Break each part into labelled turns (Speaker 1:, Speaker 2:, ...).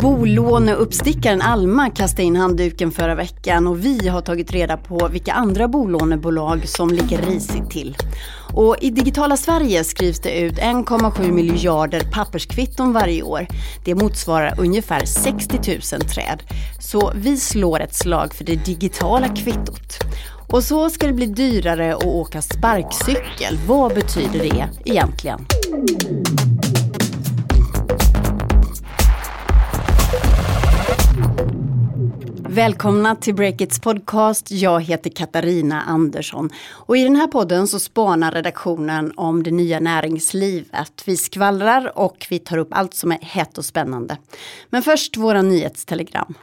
Speaker 1: Bolåneuppstickaren Alma kastade in handduken förra veckan och vi har tagit reda på vilka andra bolånebolag som ligger risigt till. Och i digitala Sverige skrivs det ut 1,7 miljarder papperskvitton varje år. Det motsvarar ungefär 60 000 träd. Så vi slår ett slag för det digitala kvittot. Och så ska det bli dyrare att åka sparkcykel. Vad betyder det egentligen? Välkomna till Breakits podcast. Jag heter Katarina Andersson. Och i den här podden så spanar redaktionen om det nya näringslivet. Vi skvallrar och vi tar upp allt som är hett och spännande. Men först våra nyhetstelegram.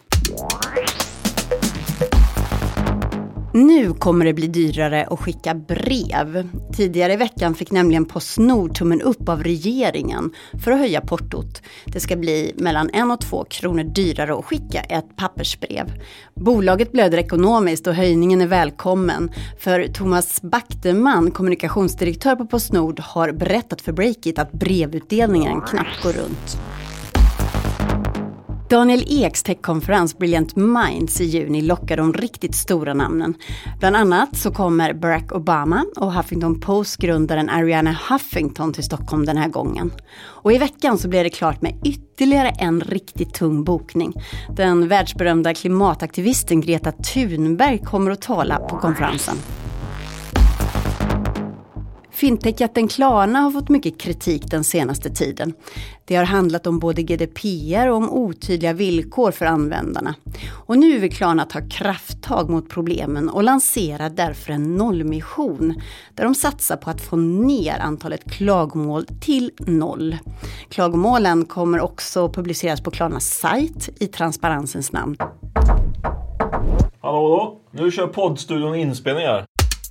Speaker 1: Nu kommer det bli dyrare att skicka brev. Tidigare i veckan fick nämligen PostNord tummen upp av regeringen för att höja portot. Det ska bli mellan 1 och 2 kronor dyrare att skicka ett pappersbrev. Bolaget blöder ekonomiskt och höjningen är välkommen. För Thomas Backteman, kommunikationsdirektör på PostNord, har berättat för Breakit att brevutdelningen knappt går runt. Daniel Eks techkonferens Brilliant Minds i juni lockar de riktigt stora namnen. Bland annat så kommer Barack Obama och Huffington Post-grundaren Arianna Huffington till Stockholm den här gången. Och i veckan så blir det klart med ytterligare en riktigt tung bokning. Den världsberömda klimataktivisten Greta Thunberg kommer att tala på konferensen. Fintech-jätten Klarna har fått mycket kritik den senaste tiden. Det har handlat om både GDPR och om otydliga villkor för användarna. Och nu vill Klarna ta krafttag mot problemen och lansera därför en nollmission där de satsar på att få ner antalet klagomål till 0. Klagomålen kommer också publiceras på Klarnas sajt i transparensens namn.
Speaker 2: Hallå, nu kör poddstudion inspelningar.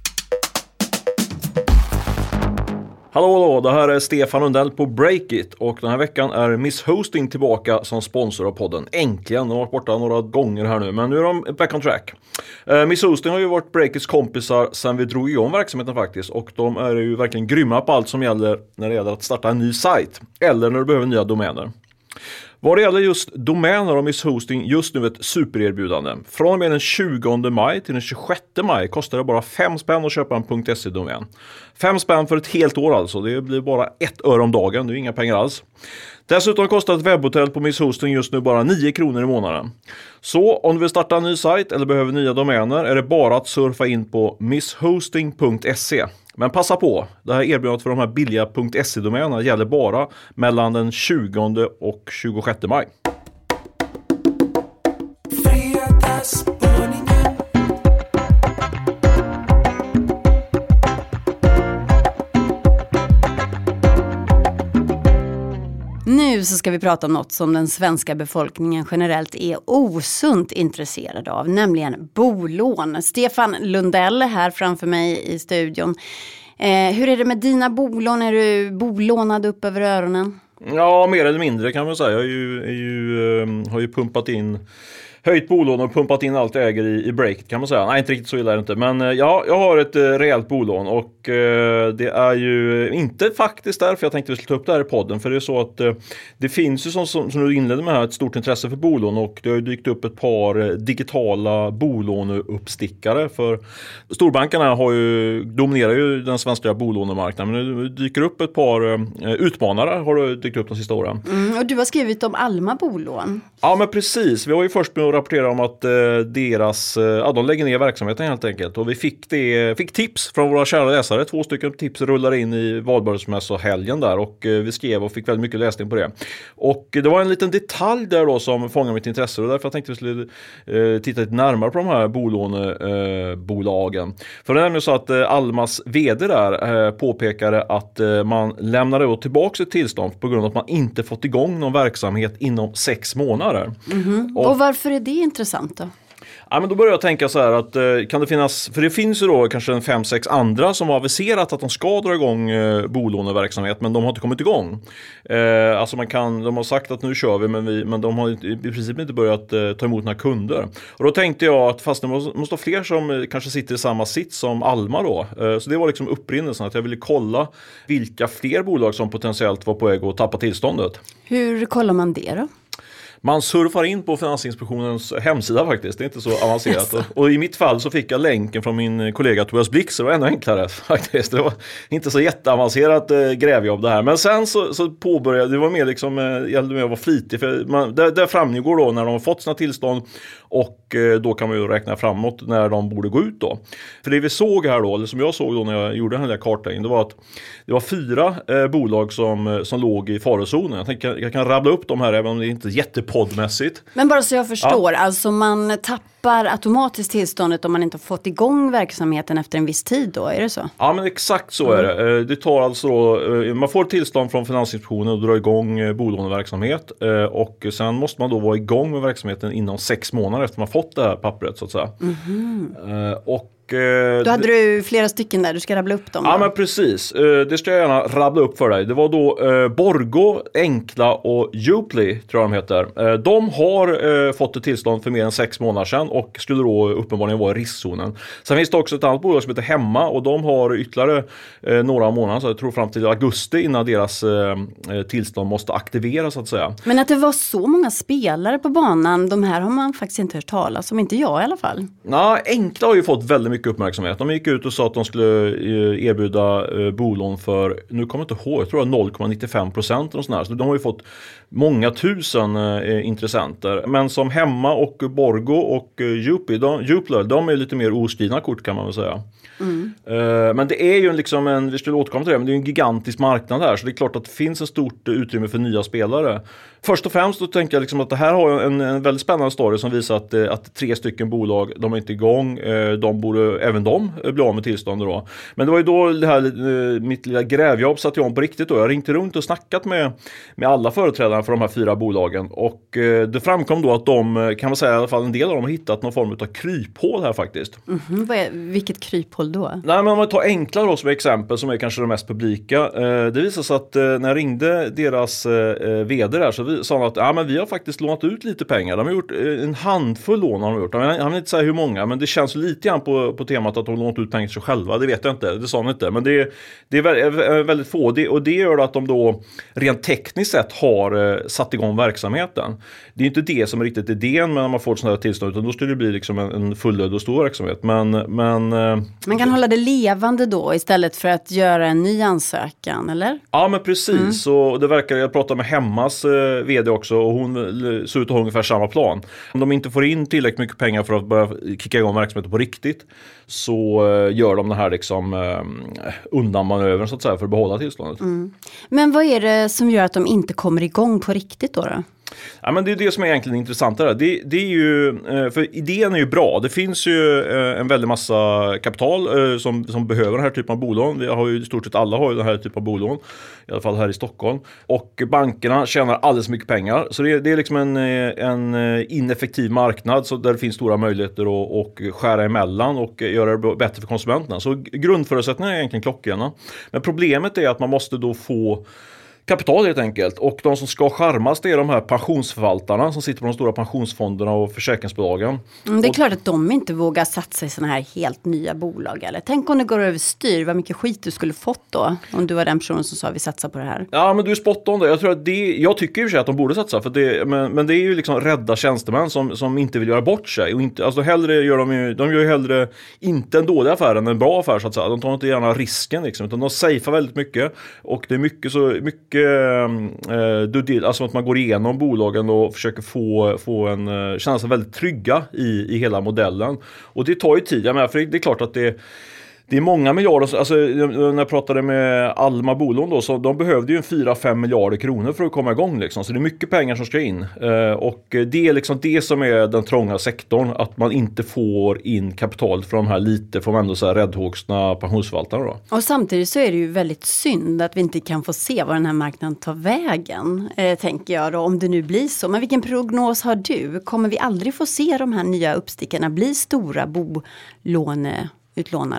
Speaker 2: Hallå, det här är Stefan Lundell på Breakit och den här veckan är Miss Hosting tillbaka som sponsor av podden. Äntligen, de har varit borta några gånger här nu, men nu är de back on track. Miss Hosting har ju varit Breakits kompisar sedan vi drog igång verksamheten faktiskt, och de är ju verkligen grymma på allt som gäller när det gäller att starta en ny sajt eller när du behöver nya domäner. Vad det gäller just domäner och Miss Hosting just nu ett supererbjudande. Från och med den 20 maj till den 26 maj kostar det bara 5 spänn att köpa en .se-domän. 5 spänn för ett helt år alltså. Det blir bara 1 öre om dagen. Det är inga pengar alls. Dessutom kostar ett webbhotell på Miss Hosting just nu bara 9 kronor i månaden. Så om du vill starta en ny sajt eller behöver nya domäner är det bara att surfa in på misshosting.se. Men passa på, det här erbjudandet för de här billiga .se-domänerna gäller bara mellan den 20 och 26 maj.
Speaker 1: Nu så ska vi prata om något som den svenska befolkningen generellt är osunt intresserad av, nämligen bolån. Stefan Lundell här framför mig i studion. Hur är det med dina bolån? Är du bolånad upp över öronen?
Speaker 2: Ja, mer eller mindre kan man säga. Jag har ju pumpat in höjt bolån och pumpat in allt jag äger i Breakit kan man säga. Nej, inte riktigt så illa är det inte. Men ja, jag har ett rejält bolån och det är ju inte faktiskt därför jag tänkte vi skulle ta upp det här i podden. För det är så att det finns ju som du inledde med här ett stort intresse för bolån och det har ju dykt upp ett par digitala bolåneuppstickare. För storbankerna dominerar ju den svenska bolånemarknaden. Men det dyker upp ett par utmanare har det dykt upp de sista åren.
Speaker 1: Och du har skrivit om Alma bolån.
Speaker 2: Ja, men precis. Vi har ju först med att rapportera om att de lägger ner verksamheten helt enkelt. Och vi fick tips från våra kära läsare. 2 stycken tips rullar in i valborgsmässohelgen där och vi skrev och fick väldigt mycket läsning på det. Och det var en liten detalj där då som fångade mitt intresse och därför jag tänkte vi skulle titta lite närmare på de här bolånebolagen. För det är nämligen så att Almas vd där påpekade att man lämnade då tillbaka ett tillstånd på grund av att man inte fått igång någon verksamhet inom 6 månader.
Speaker 1: Mm-hmm. Och varför är det intressant då?
Speaker 2: Ja, men då börjar jag tänka så här att kan det finnas, för det finns ju då kanske 5-6 andra som har aviserat att de ska dra igång bolåneverksamhet men de har inte kommit igång. Alltså de har sagt att nu kör vi men de har i princip inte börjat ta emot några kunder. Och då tänkte jag att fast det måste vara fler som kanske sitter i samma sitt som Alma då. Så det var liksom upprinnelsen att jag ville kolla vilka fler bolag som potentiellt var på väg att tappa tillståndet.
Speaker 1: Hur kollar man det då?
Speaker 2: Man surfar in på Finansinspektionens hemsida faktiskt, det är inte så avancerat. Och i mitt fall så fick jag länken från min kollega Tobias Blix, det var ännu enklare faktiskt. Det var inte så jätteavancerat grävjobb det här. Men sen så påbörjade, det var mer liksom, gällde med att vara flitig. För där framgår då när de har fått sina tillstånd och då kan man ju räkna framåt när de borde gå ut då. För det vi såg här då, eller som jag såg då när jag gjorde den här kartan, det var att det var 4 bolag som låg i farozonen. Jag tänker jag kan rabbla upp dem här även om det inte är jättepoddmässigt.
Speaker 1: Men bara så jag förstår, alltså man tappar automatiskt tillståndet om man inte har fått igång verksamheten efter en viss tid då, är det så?
Speaker 2: Ja, men exakt så är det. Det tar alltså då, man får tillstånd från Finansinspektionen och dra igång bolåneverksamhet och sen måste man då vara igång med verksamheten inom 6 månader efter man fått det här pappret så att säga.
Speaker 1: Då hade du flera stycken där, du ska rabbla upp dem.
Speaker 2: Ja, men precis. Det ska jag gärna rabbla upp för dig. Det var då Borgo, Enkla och Jupli, tror jag de heter. De har fått ett tillstånd för mer än 6 månader sedan och skulle då uppenbarligen vara i riskzonen. Sen finns det också ett annat bolag som heter Hemma och de har ytterligare några månader, så jag tror fram till augusti innan deras tillstånd måste aktiveras så att säga.
Speaker 1: Men att det var så många spelare på banan, de här har man faktiskt inte hört talas om, inte jag i alla fall.
Speaker 2: Nej, Enkla har ju fått väldigt mycket uppmärksamhet. De gick ut och sa att de skulle erbjuda bolån för, nu kommer jag inte ihåg, jag tror det var 0,95% och sånt här. Så de har ju fått många tusen intressenter. Men som Hemma och Borgo och Jupler, de är lite mer oskrivna kort kan man väl säga. Men det är ju liksom vi skulle återkomma till det, men det är ju en gigantisk marknad här, så det är klart att det finns ett stort utrymme för nya spelare. Först och främst då tänker jag liksom att det här har en väldigt spännande story som visar att 3 stycken bolag, de är inte igång, de borde även de bli av med tillstånd då. Men det var ju då det här, mitt lilla grävjobb satt jag om på riktigt då. Jag ringde runt och snackat med alla företrädare för de här 4 bolagen och det framkom då att de, kan man säga i alla fall en del av dem har hittat någon form av kryphål här faktiskt.
Speaker 1: Vilket kryphål då?
Speaker 2: Nej, men om man tar Enkla då som exempel som är kanske det mest publika. Det visar sig att när jag ringde deras vd där så sa han att men vi har faktiskt lånat ut lite pengar. De har gjort en handfull lån har de gjort. Han vill inte säga hur många, men det känns lite grann på temat att de har lånat ut pengar till sig själva. Det vet jag inte, det sa han inte. Men det är väldigt få. Och det gör att de då rent tekniskt sett har satt igång verksamheten. Det är inte det som är riktigt idén när man får sådana här tillstånd, utan då skulle det bli liksom en fullöd och stor verksamhet. Men
Speaker 1: man kan hålla det levande då istället för att göra en ny ansökan, eller?
Speaker 2: Ja, men precis. Och det verkar, jag pratade med Hemmas vd också och hon ser ut att ha ungefär samma plan. Om de inte får in tillräckligt mycket pengar för att börja kicka igång verksamheten på riktigt så gör de det här liksom undanmanövern så att säga för att behålla tillståndet.
Speaker 1: Men vad är det som gör att de inte kommer igång på riktigt då?
Speaker 2: Ja, men det är det som är egentligen intressant där. Det är ju, för idén är ju bra. Det finns ju en väldig massa kapital som behöver den här typen av bolån. Vi har ju i stort sett alla har ju den här typen av bolån. I alla fall här i Stockholm. Och bankerna tjänar alldeles mycket pengar. Så det är liksom en ineffektiv marknad så där det finns stora möjligheter att skära emellan och göra det bättre för konsumenterna. Så grundförutsättningarna är egentligen klockrena. Men problemet är att man måste då få kapital helt enkelt. Och de som ska skärmas det är de här pensionsförvaltarna som sitter på de stora pensionsfonderna och försäkringsbolagen.
Speaker 1: Det är klart att de inte vågar satsa i sådana här helt nya bolag. Eller? Tänk om det går överstyr, vad mycket skit du skulle fått då. Om du var den personen som sa vi satsar på det här. Ja, men
Speaker 2: du är spot on det. Jag tycker i och för sig att de borde satsa. För men det är ju liksom rädda tjänstemän som inte vill göra bort sig. Och inte, alltså hellre de gör ju hellre inte en dålig affär än en bra affär så att säga. De tar inte gärna risken liksom, utan de safear väldigt mycket. Och det är mycket alltså att man går igenom bolagen och försöker få känna sig väldigt trygga i hela modellen. Och det tar ju tid, för det är klart att det är många miljarder, alltså när jag pratade med Alma bolån då, så de behövde ju 4-5 miljarder kronor för att komma igång liksom, så det är mycket pengar som ska in. Och det är liksom det som är den trånga sektorn, att man inte får in kapital från de här lite, får man ändå säga, räddhågsna pensionsförvaltarna då.
Speaker 1: Och samtidigt så är det ju väldigt synd att vi inte kan få se vad den här marknaden tar vägen, tänker jag då, om det nu blir så. Men vilken prognos har du? Kommer vi aldrig få se de här nya uppstickarna bli stora bolåneutlånare?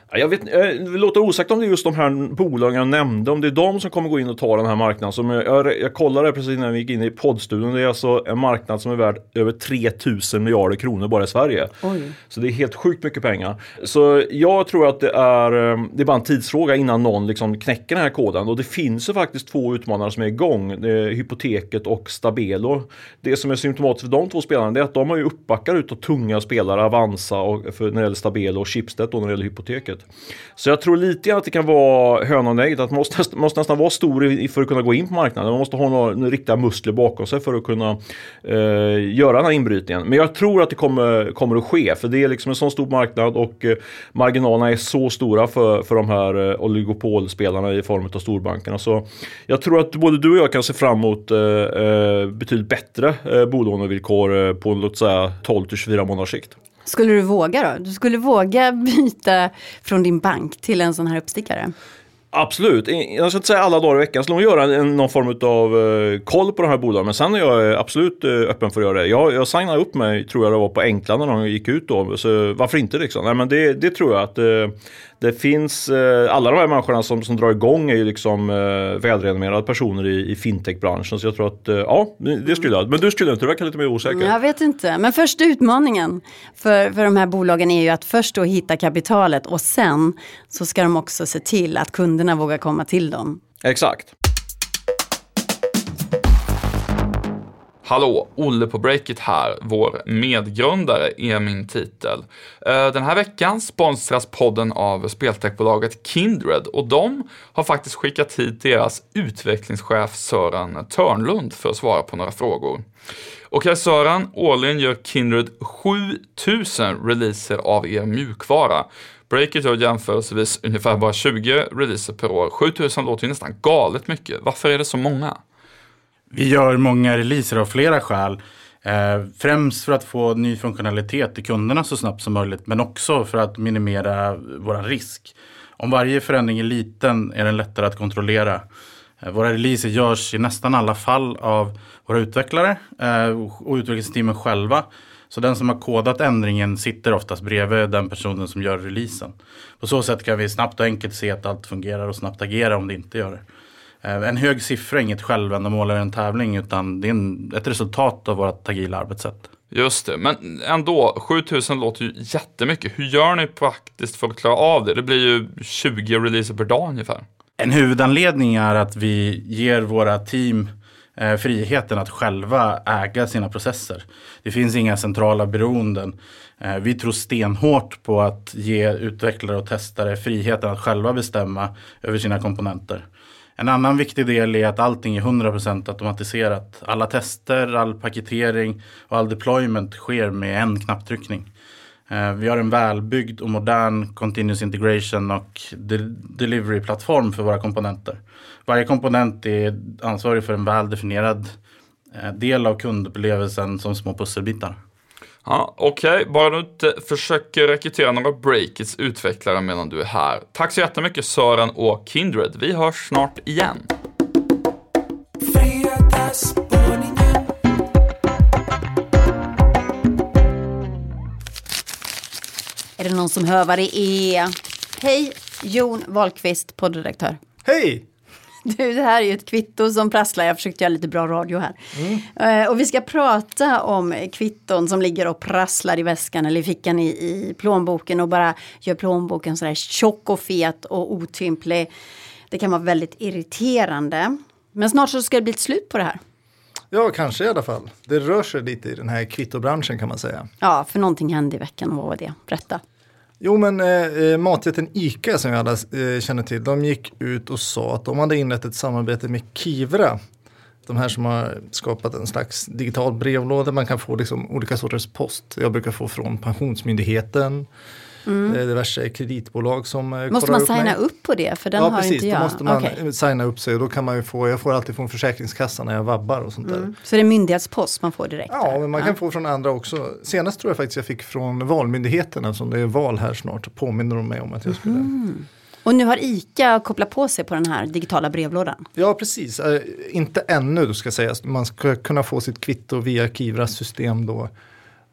Speaker 2: Det låter osagt om det är just de här bolagen jag nämnde, om det är de som kommer gå in och ta den här marknaden. Som jag kollade precis när vi gick in i poddstudion, det är alltså en marknad som är värd över 3000 miljarder kronor bara i Sverige.
Speaker 1: Oj.
Speaker 2: Så det är helt sjukt mycket pengar. Så jag tror att det är bara en tidsfråga innan någon liksom knäcker den här koden. Och det finns ju faktiskt 2 utmanare som är igång, det är Hypoteket och Stabelo. Det som är symptomatiskt för de 2 spelarna, det är att de har ju uppbackar ut och tunga spelare, Avanza och när det gäller Stabelo och Schibsted och när det gäller Hypoteket. Så jag tror lite att det kan vara höna och ägg, att man måste nästan vara stor för att kunna gå in på marknaden. Man måste ha några riktiga muskler bakom sig för att kunna göra den här inbrytningen. Men jag tror att det kommer att ske, för det är liksom en sån stor marknad och marginalerna är så stora för de här oligopolspelarna i form av storbankerna. Så jag tror att både du och jag kan se fram emot betydligt bättre bolånevillkor på låt säga 12-24 månaders sikt.
Speaker 1: Skulle du våga då? Du skulle våga byta från din bank till en sån här uppstickare?
Speaker 2: Absolut. Jag ska inte säga alla dagar i veckan. Jag skulle göra någon form av koll på de här bolagen. Men sen är jag absolut öppen för att göra det. Jag signade upp mig, tror jag det var på Enkla när de gick ut då. Så varför inte liksom? Nej, men det tror jag att det finns, alla de här människorna som drar igång är ju liksom välrenommerade personer i fintech-branschen. Så jag tror att, det skulle jag. Men du skulle inte, du verkar lite mer osäker.
Speaker 1: Jag vet inte, men första utmaningen för de här bolagen är ju att först då hitta kapitalet och sen så ska de också se till att kunderna vågar komma till dem.
Speaker 2: Exakt.
Speaker 3: Hallå, Olle på Breakit här. Vår medgrundare är min titel. Den här veckan sponsras podden av speltechbolaget Kindred och de har faktiskt skickat hit deras utvecklingschef Sören Törnlund för att svara på några frågor. Okej Sören, årligen gör Kindred 7000 releaser av er mjukvara. Breakit gör jämförelsevis ungefär bara 20 releaser per år. 7000 låter ju nästan galet mycket. Varför är det så många?
Speaker 4: Vi gör många releaser av flera skäl. Främst för att få ny funktionalitet till kunderna så snabbt som möjligt. Men också för att minimera vår risk. Om varje förändring är liten är den lättare att kontrollera. Våra releaser görs i nästan alla fall av våra utvecklare och utvecklingsteamen själva. Så den som har kodat ändringen sitter oftast bredvid den personen som gör releasen. På så sätt kan vi snabbt och enkelt se att allt fungerar och snabbt agera om det inte gör det. En hög siffra är inget självändamål eller en tävling utan det är ett resultat av vårt agila arbetssätt.
Speaker 3: Just det, men ändå 7000 låter ju jättemycket. Hur gör ni praktiskt för att klara av det? Det blir ju 20 releaser per dag ungefär.
Speaker 4: En huvudanledning är att vi ger våra team friheten att själva äga sina processer. Det finns inga centrala beroenden. Vi tror stenhårt på att ge utvecklare och testare friheten att själva bestämma över sina komponenter. En annan viktig del är att allting är 100% automatiserat. Alla tester, all paketering och all deployment sker med en knapptryckning. Vi har en välbyggd och modern continuous integration och delivery-plattform för våra komponenter. Varje komponent är ansvarig för en väldefinierad del av kundupplevelsen som små pusselbitar.
Speaker 3: Ja, okej. Bara du inte försöker rekrytera några Breakits utvecklare medan du är här. Tack så jättemycket Sören och Kindred. Vi hörs snart igen.
Speaker 1: Är det någon som hör vad det är? Hej, Jon Wahlqvist, poddredaktör.
Speaker 5: Hej!
Speaker 1: Du, det här är ju ett kvitto som prasslar. Jag försökte göra lite bra radio här. Och vi ska prata om kvitton som ligger och prasslar i väskan eller i fickan i plånboken och bara gör plånboken sådär tjock och fet och otymplig. Det kan vara väldigt irriterande. Men snart så ska det bli ett slut på det här.
Speaker 5: Ja, kanske i alla fall. Det rör sig lite i den här kvittobranschen kan man säga.
Speaker 1: Ja, för någonting hände i veckan. Vad var det? Berätta.
Speaker 5: Jo, men matjätten ICA som vi alla känner till, de gick ut och sa att de hade inlett ett samarbete med Kivra. De här som har skapat en slags digital brevlåda. Man kan få liksom olika sorters post. Jag brukar få från Pensionsmyndigheten. Diverse kreditbolag som
Speaker 1: måste man signa upp på det? För den har
Speaker 5: precis,
Speaker 1: inte jag.
Speaker 5: Då måste man signa upp sig och då kan man ju få, jag får alltid från Försäkringskassan när jag vabbar och sånt där.
Speaker 1: Så det är myndighetspost man får direkt?
Speaker 5: Ja, men man kan få från andra också. Senast tror jag faktiskt jag fick från Valmyndigheten, eftersom det är val här snart, påminner de mig om att jag skulle...
Speaker 1: Och nu har ICA kopplat på sig på den här digitala brevlådan?
Speaker 5: Ja, precis. Inte ännu, då ska sägas. Man ska kunna få sitt kvitto via Kivras system då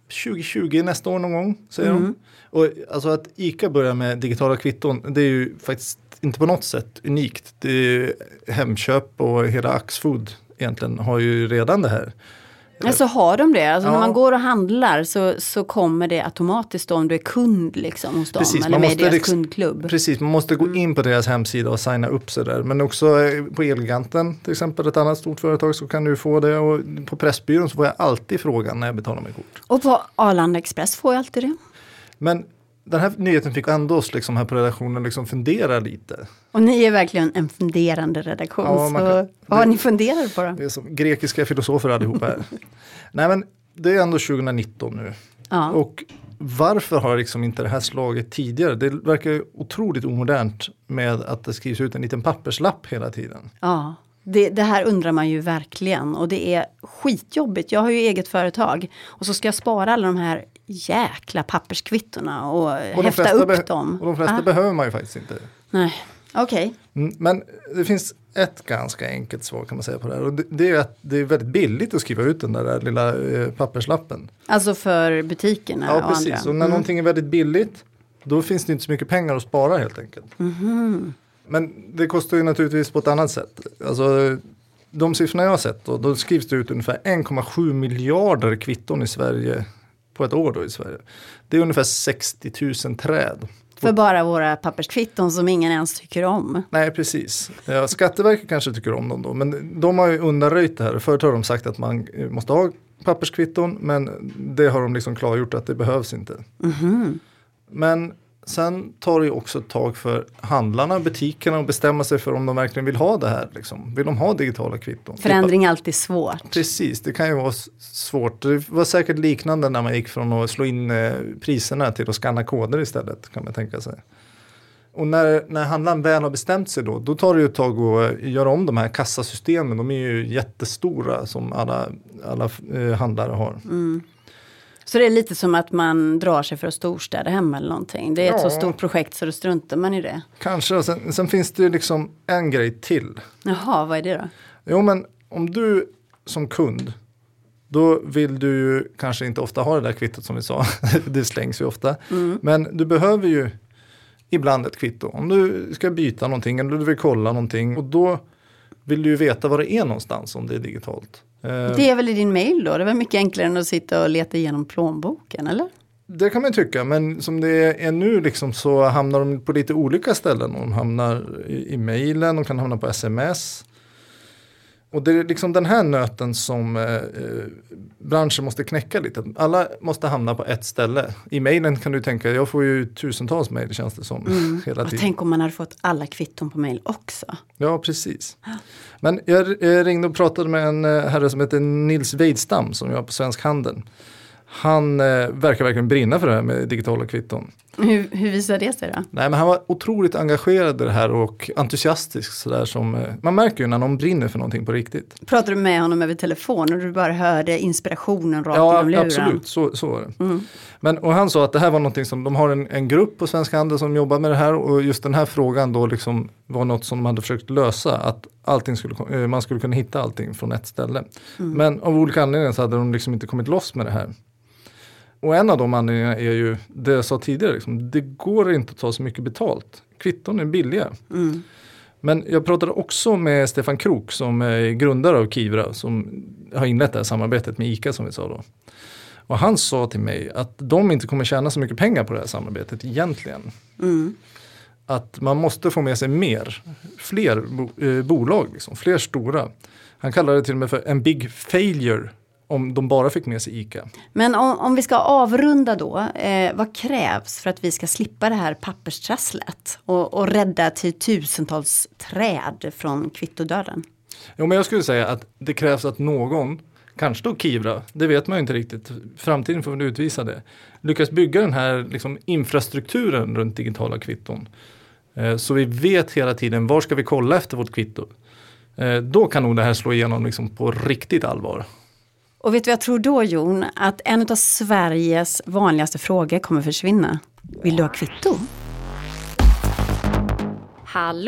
Speaker 5: 2020 nästa år någon gång, säger de. Och alltså att ICA börjar med digitala kvitton, det är ju faktiskt inte på något sätt unikt. Det är Hemköp och hela Axfood egentligen har ju redan det här.
Speaker 1: Alltså har de det? Alltså när man går och handlar så kommer det automatiskt om du är kund liksom hos dem.
Speaker 5: Precis,
Speaker 1: eller med deras kundklubb.
Speaker 5: Precis, man måste gå in på deras hemsida och signa upp sig där. Men också på Elgiganten till exempel, ett annat stort företag, så kan du få det. Och på Pressbyrån så får jag alltid frågan när jag betalar med kort.
Speaker 1: Och på Arlanda Express får jag alltid det.
Speaker 5: Men den här nyheten fick ändå oss liksom här på redaktionen liksom fundera lite.
Speaker 1: Och ni är verkligen en funderande redaktion.
Speaker 5: Ja,
Speaker 1: så vad har ni funderat på då?
Speaker 5: Det är som grekiska filosofer allihopa här. Nej, men det är ändå 2019 nu.
Speaker 1: Ja.
Speaker 5: Och varför har liksom inte det här slagit tidigare? Det verkar otroligt omodernt med att det skrivs ut en liten papperslapp hela tiden.
Speaker 1: Ja, det här undrar man ju verkligen. Och det är skitjobbigt. Jag har ju eget företag. Och så ska jag spara alla de här jäkla papperskvittorna och häfta upp dem.
Speaker 5: Och de flesta behöver man ju faktiskt inte.
Speaker 1: Nej, okej.
Speaker 5: Men det finns ett ganska enkelt svar kan man säga på det här. Och det är att det är väldigt billigt att skriva ut den där lilla papperslappen.
Speaker 1: Alltså för butikerna och
Speaker 5: andra. Ja, precis. Och när någonting är väldigt billigt, då finns det inte så mycket pengar att spara helt enkelt. Men det kostar ju naturligtvis på ett annat sätt. Alltså, de siffrorna jag har sett då skrivs det ut ungefär 1,7 miljarder kvitton i Sverige på ett år då i Sverige. Det är ungefär 60 000 träd.
Speaker 1: För bara våra papperskvitton som ingen ens tycker om.
Speaker 5: Nej, precis. Ja, Skatteverket kanske tycker om dem då. Men de har ju undanröjt det här. Förut har de sagt att man måste ha papperskvitton. Men det har de liksom klargjort att det behövs inte. Men sen tar det ju också ett tag för handlarna, butikerna att bestämma sig för om de verkligen vill ha det här. Liksom. Vill de ha digitala kvitton?
Speaker 1: Förändring är alltid svårt.
Speaker 5: Precis, det kan ju vara svårt. Det var säkert liknande när man gick från att slå in priserna till att skanna koder istället, kan man tänka sig. Och när handlaren väl har bestämt sig då tar det ju ett tag att göra om de här kassasystemen. De är ju jättestora som alla handlare har.
Speaker 1: Så det är lite som att man drar sig för att storstäda hemma eller någonting. Det är ett så stort projekt så då struntar man i det.
Speaker 5: Kanske, och sen finns det liksom en grej till.
Speaker 1: Jaha, vad är det då?
Speaker 5: Jo, men om du som kund, då vill du ju kanske inte ofta ha det där kvittot som vi sa. Det slängs ju ofta. Men du behöver ju ibland ett kvitto. Om du ska byta någonting eller du vill kolla någonting. Och då vill du ju veta vad det är någonstans om det är digitalt.
Speaker 1: Det är väl i din mail då? Det var mycket enklare än att sitta och leta igenom plånboken, eller?
Speaker 5: Det kan man tycka, men som det är nu liksom så hamnar de på lite olika ställen. De hamnar i mejlen, de kan hamna på sms. Och det är liksom den här nöten som branschen måste knäcka lite. Alla måste hamna på ett ställe. I mejlen kan du tänka, jag får ju tusentals mejl, känns det som. Hela tiden.
Speaker 1: Tänk om man hade fått alla kvitton på mejl också.
Speaker 5: Ja, precis. Men jag ringde och pratade med en herre som heter Nils Weidstam som jobbar på Svensk Handel. Han verkar verkligen brinna för det här med digitala kvitton.
Speaker 1: Hur visar det sig då?
Speaker 5: Nej, men han var otroligt engagerad i det här och entusiastisk. Sådär som, man märker ju när någon brinner för någonting på riktigt.
Speaker 1: Pratar du med honom över telefon och du bara hörde inspirationen rakt genom luren?
Speaker 5: Ja, absolut. Så var det. Och han sa att det här var någonting som, de har en grupp på Svensk Handel som jobbar med det här. Och just den här frågan då liksom var något som de hade försökt lösa. Att man skulle kunna hitta allting från ett ställe. Men av olika anledningar så hade de liksom inte kommit loss med det här. Och en av de anledningarna är ju det jag sa tidigare. Liksom, det går inte att ta så mycket betalt. Kvitton är billiga. Men jag pratade också med Stefan Krok som är grundare av Kivra. Som har inlett det här samarbetet med ICA som vi sa då. Och han sa till mig att de inte kommer tjäna så mycket pengar på det här samarbetet egentligen. Att man måste få med sig fler bolag, liksom, fler stora. Han kallade det till och med för en big failure. Om de bara fick med sig ICA. Men
Speaker 1: om vi ska avrunda då, vad krävs för att vi ska slippa det här papperstrasslet och rädda till tusentals träd från kvittodöden?
Speaker 5: Jo, men jag skulle säga att det krävs att någon, kanske då Kivra, det vet man ju inte riktigt, framtiden får väl utvisa det, lyckas bygga den här liksom, infrastrukturen runt digitala kvitton. Så vi vet hela tiden var ska vi kolla efter vårt kvitto. Då kan nog det här slå igenom liksom, på riktigt allvar.
Speaker 1: Och vet du vad jag tror då, Jon? Att en av Sveriges vanligaste frågor kommer försvinna. Vill du ha kvitto?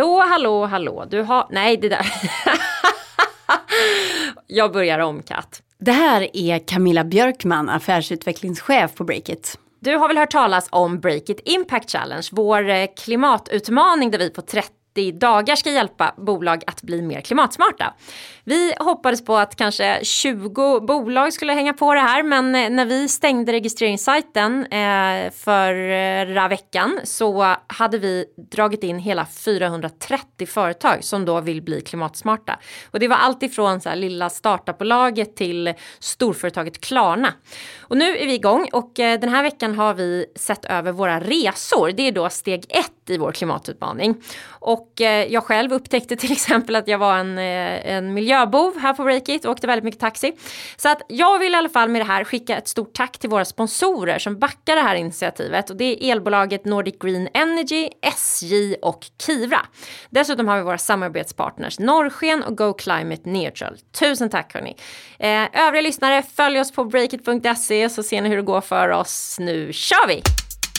Speaker 6: Hallå. Du har... Nej, det där... Jag börjar om, Kat.
Speaker 1: Det här är Camilla Björkman, affärsutvecklingschef på Breakit.
Speaker 6: Du har väl hört talas om Breakit Impact Challenge, vår klimatutmaning där vi på 30 dagar ska hjälpa bolag att bli mer klimatsmarta. Vi hoppades på att kanske 20 bolag skulle hänga på det här, men när vi stängde registreringssajten förra veckan så hade vi dragit in hela 430 företag som då vill bli klimatsmarta. Och det var allt ifrån så här lilla startupbolaget till storföretaget Klarna. Och nu är vi igång och den här veckan har vi sett över våra resor. Det är då steg 1 i vår klimatutmaning. Och jag själv upptäckte till exempel att jag var en miljöbov här på Breakit och åkte väldigt mycket taxi. Så att jag vill i alla fall med det här skicka ett stort tack till våra sponsorer som backar det här initiativet. Och det är elbolaget Nordic Green Energy, SJ och Kivra. Dessutom har vi våra samarbetspartners Norrsken och Go Climate Neutral. Tusen tack hörni. Övriga lyssnare, följ oss på breakit.se så ser ni hur det går för oss. Nu kör vi!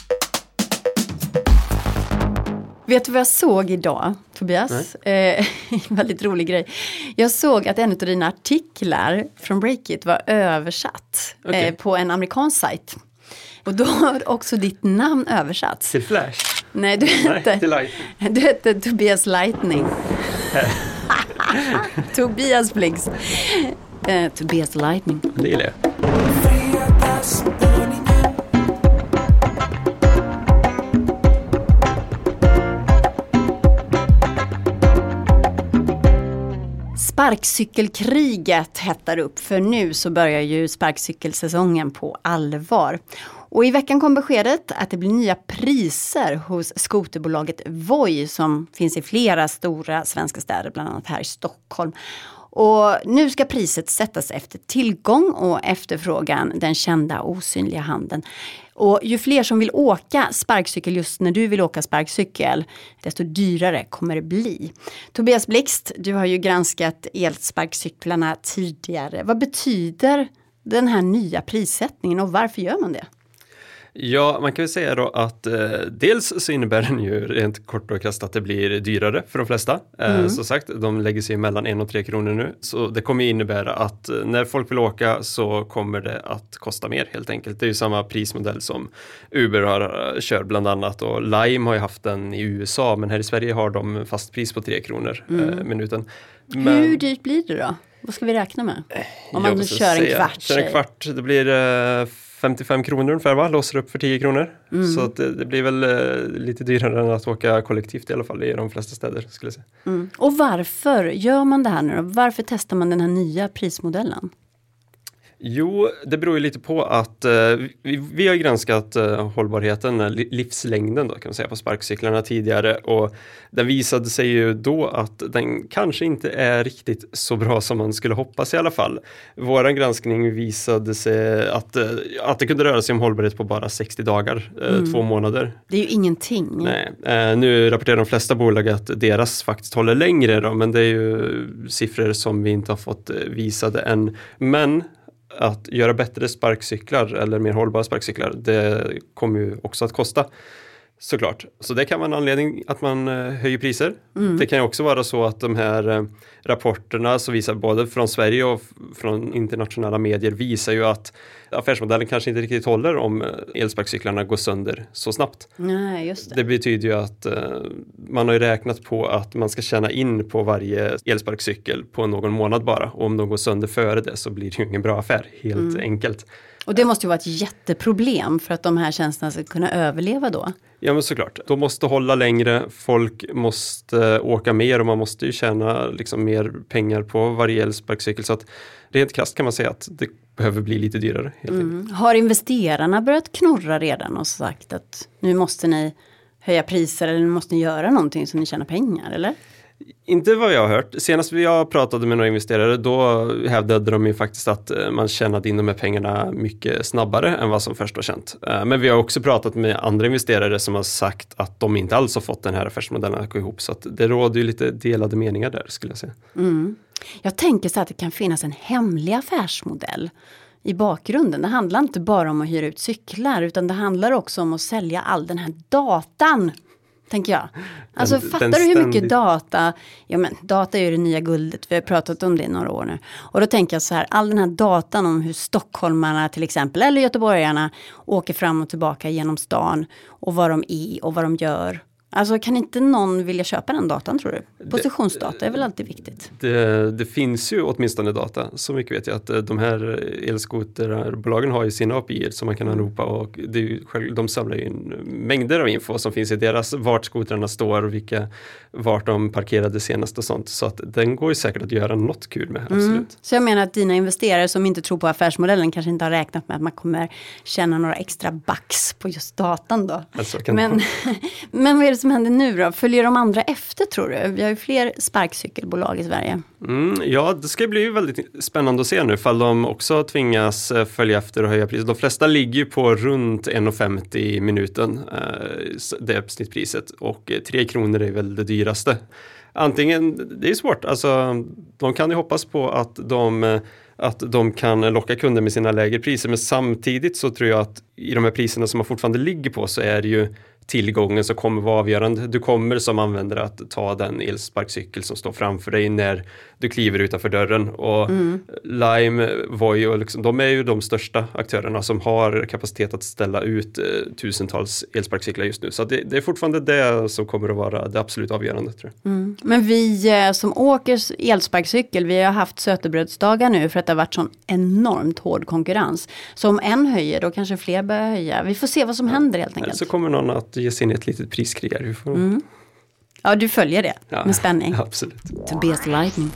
Speaker 1: Vet du vad jag såg idag, Tobias? Väldigt rolig grej. Jag såg att en av dina artiklar från Breakit var översatt på en amerikansk sajt. Och då har också ditt namn översatts.
Speaker 7: Till Flash?
Speaker 1: Nej, du hette Tobias Lightning. Tobias Blix. Tobias Lightning.
Speaker 7: Det gillar jag.
Speaker 1: Sparkcykelkriget hettar upp, för nu så börjar ju sparkcykelsäsongen på allvar. Och i veckan kom beskedet att det blir nya priser hos skoterbolaget Voi som finns i flera stora svenska städer, bland annat här i Stockholm. Och nu ska priset sättas efter tillgång och efterfrågan, den kända osynliga handeln. Och ju fler som vill åka sparkcykel just när du vill åka sparkcykel, desto dyrare kommer det bli. Tobias Blixt, du har ju granskat elsparkcyklarna tidigare. Vad betyder den här nya prissättningen och varför gör man det?
Speaker 7: Ja, man kan väl säga då att dels så innebär den ju rent kort och krasst att det blir dyrare för de flesta. Så sagt, de lägger sig mellan 1 och 3 kronor nu. Så det kommer innebära att när folk vill åka så kommer det att kosta mer helt enkelt. Det är ju samma prismodell som Uber har kört bland annat och Lime har ju haft den i USA, men här i Sverige har de fast pris på 3 kronor minuten. Men
Speaker 1: hur dyrt blir det då? Vad ska vi räkna med? Om man kör en kvart.
Speaker 7: Kör en kvart, det blir 55 kronor ungefär, va? Låser upp för 10 kronor. Så att det blir väl lite dyrare än att åka kollektivt i alla fall i de flesta städer skulle jag säga.
Speaker 1: Och varför gör man det här nu då? Varför testar man den här nya prismodellen?
Speaker 7: Jo, det beror ju lite på att vi har granskat hållbarheten, livslängden då kan man säga på sparkcyklarna tidigare och den visade sig ju då att den kanske inte är riktigt så bra som man skulle hoppas i alla fall. Våran granskning visade sig att det kunde röra sig om hållbarhet på bara 60 dagar, 2 månader.
Speaker 1: Det är ju ingenting.
Speaker 7: Nej, nu rapporterar de flesta bolag att deras faktiskt håller längre då, men det är ju siffror som vi inte har fått visade än. Men att göra bättre sparkcyklar eller mer hållbara sparkcyklar, det kommer ju också att kosta såklart. Så det kan vara en anledning att man höjer priser. Det kan ju också vara så att de här rapporterna som visar både från Sverige och från internationella medier visar ju att affärsmodellen kanske inte riktigt håller om elsparkcyklarna går sönder så snabbt.
Speaker 1: Nej, just det.
Speaker 7: Det betyder ju att man har ju räknat på att man ska tjäna in på varje elsparkcykel på någon månad bara. Och om de går sönder före det så blir det ju ingen bra affär, helt enkelt.
Speaker 1: Och det måste ju vara ett jätteproblem för att de här tjänsterna ska kunna överleva då.
Speaker 7: Ja men såklart, de måste hålla längre, folk måste åka mer och man måste ju tjäna liksom mer pengar på varje elsparkcykel. Så att rent krasst kan man säga att det behöver bli lite dyrare helt enkelt.
Speaker 1: Har investerarna börjat knorra redan och sagt att nu måste ni höja priser eller nu måste ni göra någonting så ni tjänar pengar eller?
Speaker 7: Inte vad jag har hört. Senast jag pratade med några investerare då hävdade de ju faktiskt att man tjänade in de här pengarna mycket snabbare än vad som först var känt. Men vi har också pratat med andra investerare som har sagt att de inte alls har fått den här affärsmodellen att gå ihop. Så att det råder ju lite delade meningar där skulle jag säga.
Speaker 1: Jag tänker så att det kan finnas en hemlig affärsmodell i bakgrunden. Det handlar inte bara om att hyra ut cyklar utan det handlar också om att sälja all den här datan tänker jag. Alltså fattar du hur mycket data, ja men data är ju det nya guldet, vi har pratat om det i några år nu. Och då tänker jag så här, all den här datan om hur stockholmarna till exempel, eller göteborgarna åker fram och tillbaka genom stan och vad de är och vad de gör. Alltså kan inte någon vilja köpa den datan tror du? Positionsdata är väl alltid viktigt?
Speaker 7: Det finns ju åtminstone data, så mycket vet jag att de här elskoterbolagen har ju sina API som man kan anropa och det är ju, de samlar ju in mängder av info som finns i deras vart skotrarna står och vart de parkerade senast och sånt. Så att den går ju säkert att göra något kul med, absolut.
Speaker 1: Så jag menar att dina investerare som inte tror på affärsmodellen kanske inte har räknat med att man kommer tjäna några extra bucks på just datan då.
Speaker 7: Alltså,
Speaker 1: men vad är det som händer nu då? Följer de andra efter tror du? Vi har ju fler sparkcykelbolag i Sverige.
Speaker 7: Ja, det ska bli väldigt spännande att se nu ifall de också tvingas följa efter och höja priset. De flesta ligger ju på runt 1,50 i minuten, det är snittpriset. Och 3 kronor är väl det dyraste. Antingen, det är svårt, alltså de kan ju hoppas på att de kan locka kunder med sina lägre priser, men samtidigt så tror jag att i de här priserna som man fortfarande ligger på så är det ju tillgången som kommer vara avgörande. Du kommer som användare att ta den elsparkcykel som står framför dig när du kliver utanför dörren. Och Lime, Voi och liksom, de är ju de största aktörerna som har kapacitet att ställa ut tusentals elsparkcyklar just nu. Så det är fortfarande det som kommer att vara det absolut avgörande, tror jag.
Speaker 1: Men vi som åker elsparkcykel, vi har haft sötebrödsdagar nu för att det har varit sån enormt hård konkurrens. Så om en höjer, då kanske fler börjar höja. Vi får se vad som händer helt enkelt.
Speaker 7: Så kommer någon att ge sig in i ett litet priskrig här.
Speaker 1: Ja, du följer det med spänning.
Speaker 7: Absolut.
Speaker 1: Tobias Lightning.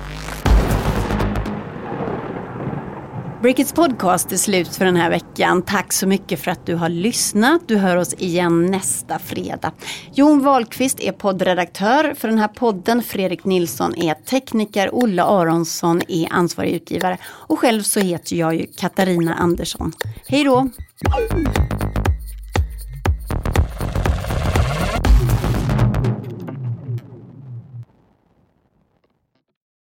Speaker 1: Breakits podcast är slut för den här veckan. Tack så mycket för att du har lyssnat. Du hör oss igen nästa fredag. Jon Wahlqvist är poddredaktör för den här podden. Fredrik Nilsson är tekniker. Olle Aronsson är ansvarig utgivare. Och själv så heter jag ju Katarina Andersson. Hej då!